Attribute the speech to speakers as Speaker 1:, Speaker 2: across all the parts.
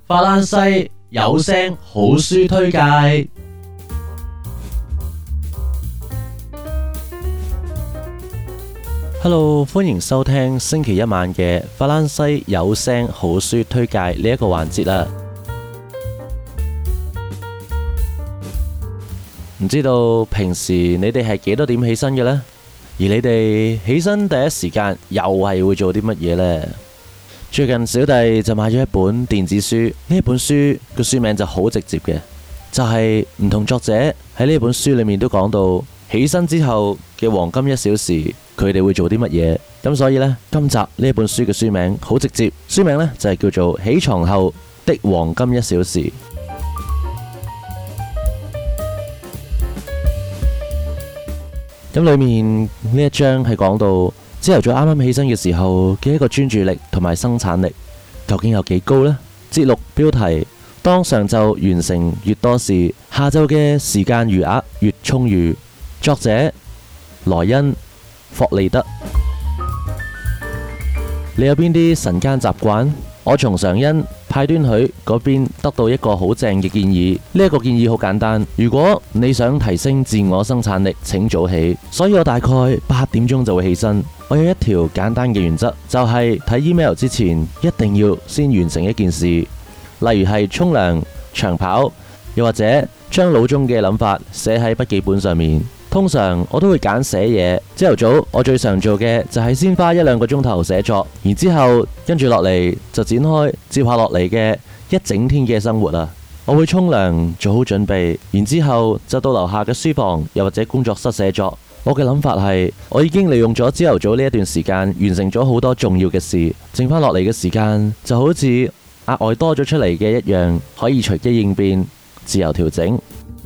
Speaker 1: 法蘭西有聲好書推介。Hello， 歡迎收聽星期一晚嘅法蘭西有聲好書推介呢一個環節啦。唔知道平時你哋係幾多點起身嘅呢？而你哋起身第一時間又係會做啲乜嘢呢？最近小弟就買咗一本電子書，呢一本書個書名就好直接嘅，就係唔同作者喺呢本書裏面都講到起身之後嘅黃金1小時，佢哋會做啲乜嘢。咁所以呢，今集呢一本書嘅書名好直接，書名呢就係叫做起床後的黃金1小時。咁裏面呢一章係講到朝頭早啱啱起身嘅時候嘅一個專注力同埋生產力究竟有幾高呢？節錄標題：當上晝完成越多事，下晝嘅時間餘額越充裕。作者萊恩·霍利德。你有邊啲晨間習慣？我從常恩派端許嗰邊得到一個好正嘅建議。呢一個建議好簡單，如果你想提升自我生產力，請早起。所以我大概8點鐘就會起身。我有一條簡單嘅原則，就係睇 email 之前一定要先完成一件事，例如係沖涼、長跑，又或者將腦中嘅諗法寫喺筆記本上面。通常我都會揀寫嘢。朝頭早我最常做嘅就係先花1-2個鐘頭寫作，然之後跟住落嚟就展開接下落嚟嘅一整天嘅生活啊。我會沖涼做好準備，然之後就到樓下嘅書房又或者工作室寫作。我嘅諗法係，我已經利用咗朝頭早呢一段時間完成咗好多重要嘅事，剩翻落嚟嘅時間就好似額外多咗出嚟嘅一樣，可以隨機應變，自由調整。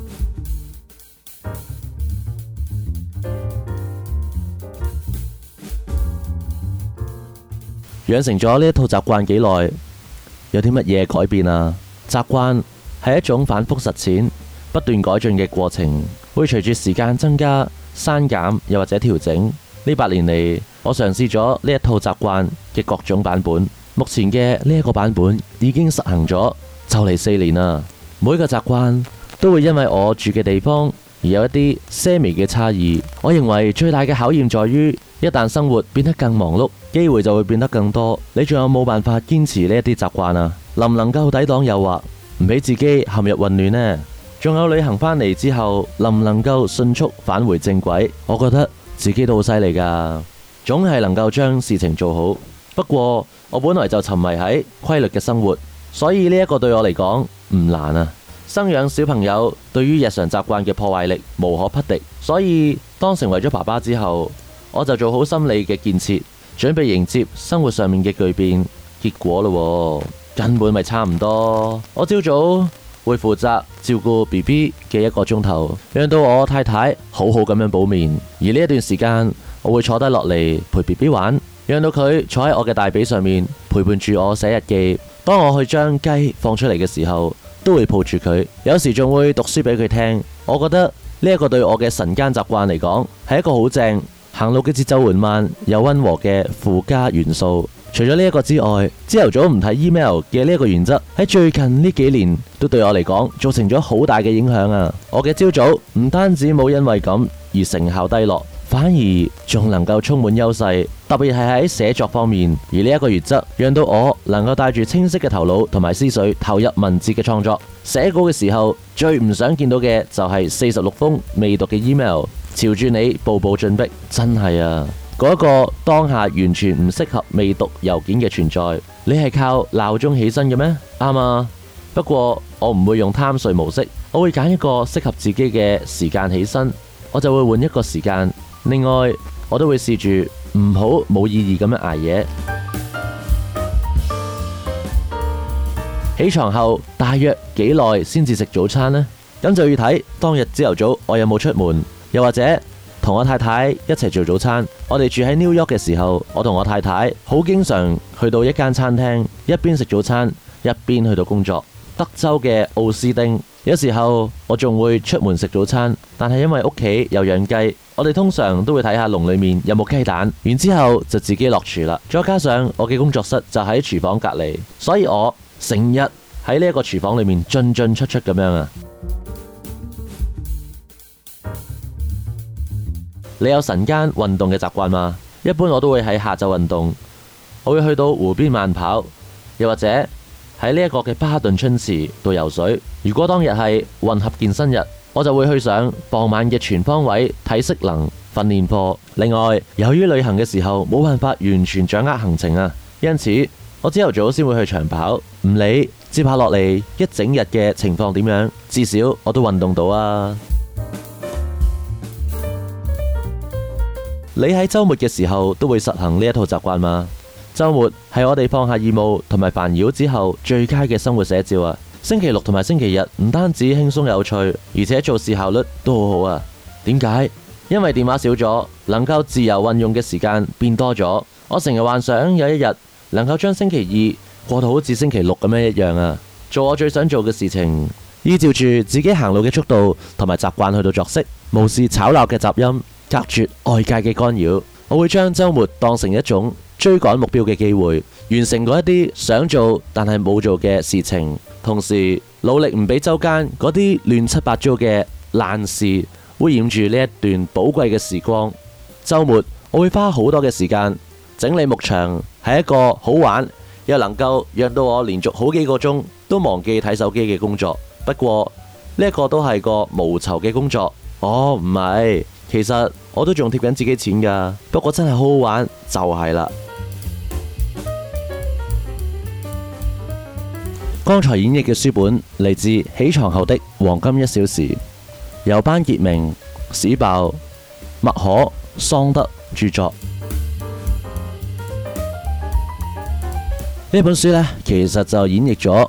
Speaker 1: 養成咗呢一套習慣幾耐？有啲乜嘢改變啊？習慣係一種反覆實踐、不斷改進嘅過程，會隨住時間增加、刪減又或者調整。呢8年嚟，我嘗試咗呢一套習慣嘅各種版本。目前嘅呢一個版本已經實行咗就嚟4年啦。每個習慣都會因為我住嘅地方而有一啲些微嘅差異。我認為最大嘅考驗在於，一旦生活變得更忙碌，機會就會變得更多。你仲有冇辦法堅持呢一啲習慣啊？能唔能夠抵擋誘惑，唔俾自己陷入混亂呢？仲有旅行返嚟之後，能唔能夠迅速返回正軌？我覺得自己都好犀利㗎，總係能夠將事情做好。不過我本來就沉迷喺規律嘅生活，所以呢一個對我嚟講唔難啊。生養小朋友對於日常習慣嘅破壞力無可匹敵，所以當成為咗爸爸之後，我就做好心理嘅建設，準備迎接生活上面嘅巨變。結果咯，根本咪差唔多。我朝早會負責照顧 BB 嘅1個鐘頭，讓到我太太好好咁樣補眠。而呢一段時間，我會坐低落嚟陪 BB 玩，讓到佢坐喺我嘅大髀上面陪伴住我寫日記。當我去將雞放出嚟嘅時候，都會抱住佢，有時仲會讀書俾佢聽。我覺得呢一個對我嘅晨間習慣嚟講，係一個好正行路嘅節奏緩慢又溫和嘅附加元素。除咗呢一個之外，朝頭早唔睇 email 嘅呢一個原則喺最近呢幾年都對我嚟講造成咗好大嘅影響啊！我嘅朝早唔單止冇因為咁而成效低落，反而仲能夠充滿優勢，特別係喺寫作方面。而呢一個原則讓到我能夠帶住清晰嘅頭腦同埋思緒投入文字嘅創作。寫稿嘅時候最唔想見到嘅就係46封未讀嘅 email朝住你步步進逼。真係啊，嗰一個當下完全唔適合未讀郵件嘅存在。你係靠鬧鐘起身嘅咩？啱啊，不過我唔會用貪睡模式，我會揀一個適合自己嘅時間起身，我就會換一個時間。另外我都會試住唔好冇意義咁樣捱夜。起床後大約幾耐先至食早餐呢？咁就要睇當日朝頭早我有冇出門，又或者同我太太一齊做早餐。我哋住喺 New York 嘅時候，我同我太太好經常去到一間餐廳，一邊食早餐一邊去到工作。德州嘅奧斯丁，有時候我仲會出門食早餐，但係因為屋企有養雞，我哋通常都會睇下籠裏面有冇雞蛋，然之後就自己落廚啦。再加上我嘅工作室就喺廚房隔籬，所以我成日喺呢一個廚房裏面進進出出咁樣啊。你有晨間運動嘅習慣嗎？一般我都會喺下晝運動，我會去到湖邊慢跑，又或者喺呢一個嘅巴頓春池度游水。如果當日係混合健身日，我就會去上傍晚嘅全方位體適能訓練課。另外，由於旅行嘅時候冇辦法完全掌握行程啊，因此我朝頭早先會去長跑，唔理接下落嚟一整日嘅情況點樣，至少我都運動到啊。你喺週末嘅時候都會實行呢一套習慣嗎？週末係我哋放下義務同埋煩擾之後最佳嘅生活寫照啊！星期六同埋星期日唔單止輕鬆有趣，而且做事效率都好好啊！點解？因為電話少咗，能夠自由運用嘅時間變多咗。我成日幻想有一日能夠將星期二過到好似星期六咁樣一樣啊！做我最想做嘅事情，依照住自己行路嘅速度同埋習慣去到作息，無視吵鬧嘅雜音，隔絕外界嘅干擾。我會將週末當成一種追趕目標嘅機會，完成嗰一啲想做但係冇做嘅事情，同時努力唔俾周間嗰啲亂七八糟嘅爛事污染住呢一段寶貴嘅時光。週末我會花好多嘅時間整理牧場，係一個好玩又能夠讓到我連續好幾個鐘都忘記睇手機嘅工作。不過呢一個都係個無酬嘅工作。哦，唔係，其實我都仲貼緊自己錢㗎。不過真係好好玩就係啦。剛才演繹嘅書本嚟自《起床後的黃金一小時》，由班傑明、史鮑、麥可、桑德著作。呢本書呢，其實就演繹咗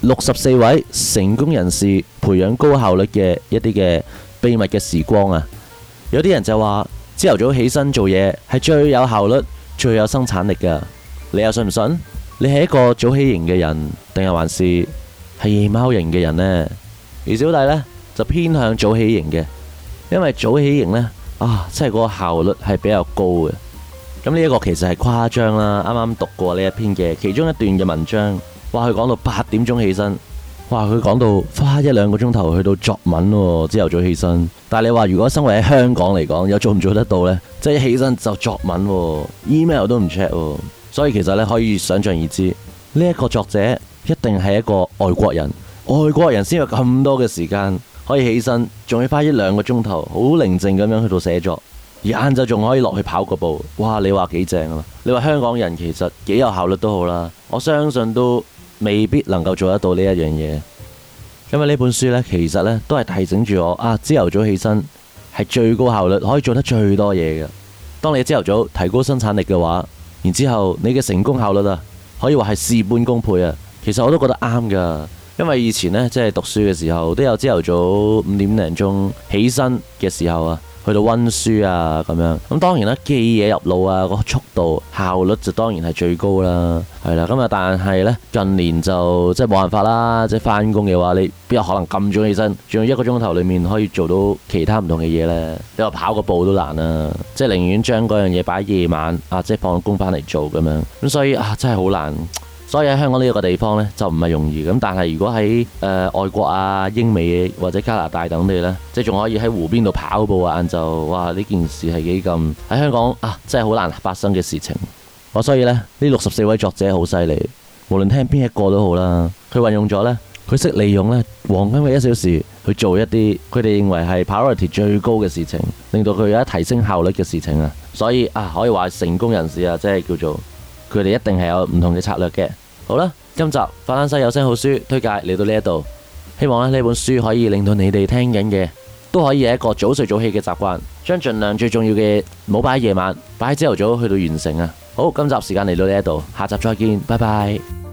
Speaker 1: 64位成功人士培養高效率嘅一啲嘅秘密嘅時光啊！有啲人就話朝頭早起身做嘢係最有效率、最有生產力㗎。你又信唔信？你係一個早起型嘅人，定係還是係夜貓型嘅人呢？而小弟呢，就偏向早起型嘅，因為早起型呢，真係嗰個效率係比較高嘅。咁呢一個其實係誇張啦。啱啱讀過呢一篇嘅其中一段嘅文章，話佢講到8點鐘起身，話佢講到花1-2個鐘頭去到作文喎，朝頭早起身。但係你話如果生活喺香港嚟講，又做唔做得到呢？即係一起身就作文喎，email 都唔 check 喎。所以其實咧，可以想象而知，呢一個作者一定係一個外國人，外國人先有咁多嘅時間可以起身，仲要花1-2個鐘頭，好寧靜咁樣去到寫作，而晏晝仲可以落去跑個步。哇！你話幾正啊？你話香港人其實幾有效率都好啦，我相信都未必能夠做得到呢一樣嘢。因為呢本書呢，其實呢都係提醒住我朝頭早起身係最高效率，可以做得最多嘢嘅。當你朝頭早提高生產力嘅話，然之後你嘅成功效率可以話係事半功倍啊！其實我都覺得啱噶，因為以前呢，即係讀書嘅時候，都有朝頭早5點零鐘起身嘅時候去到溫書咁樣。咁當然啦，記嘢入腦個速度效率就當然係最高啦，係啦。咁但係呢，近年就即係冇辦法啦，即係翻工嘅話，你邊有可能咁早起身，仲要1個鐘頭裏面可以做到其他唔同嘅嘢呢？你話跑個步都難啊，即係寧願將嗰樣嘢擺喺夜晚即係放工翻嚟做咁樣。咁所以真係好難。所以喺香港呢一個地方呢，就唔係容易咁，但係如果喺外國英美或者加拿大等地呢，即係仲可以喺湖邊度跑步晏晝，哇！呢件事係幾咁喺香港真係好難發生嘅事情。所以呢64位作者好犀利，無論聽邊一個都好啦，佢運用咗呢，佢識利用呢黃金嘅1小時去做一啲佢哋認為係 priority 最高嘅事情，令到佢有一提升效率嘅事情啊。所以可以話成功人士即係叫做佢哋一定係有唔同嘅策略嘅。好啦，今集法蘭西有聲好書推介嚟到呢一度，希望呢本書可以令到你哋聽緊嘅都可以係一個早睡早起嘅習慣，將盡量最重要嘅唔好擺喺夜晚，擺喺朝頭早去到完成啊！好，今集時間嚟到呢一度，下集再見，拜拜。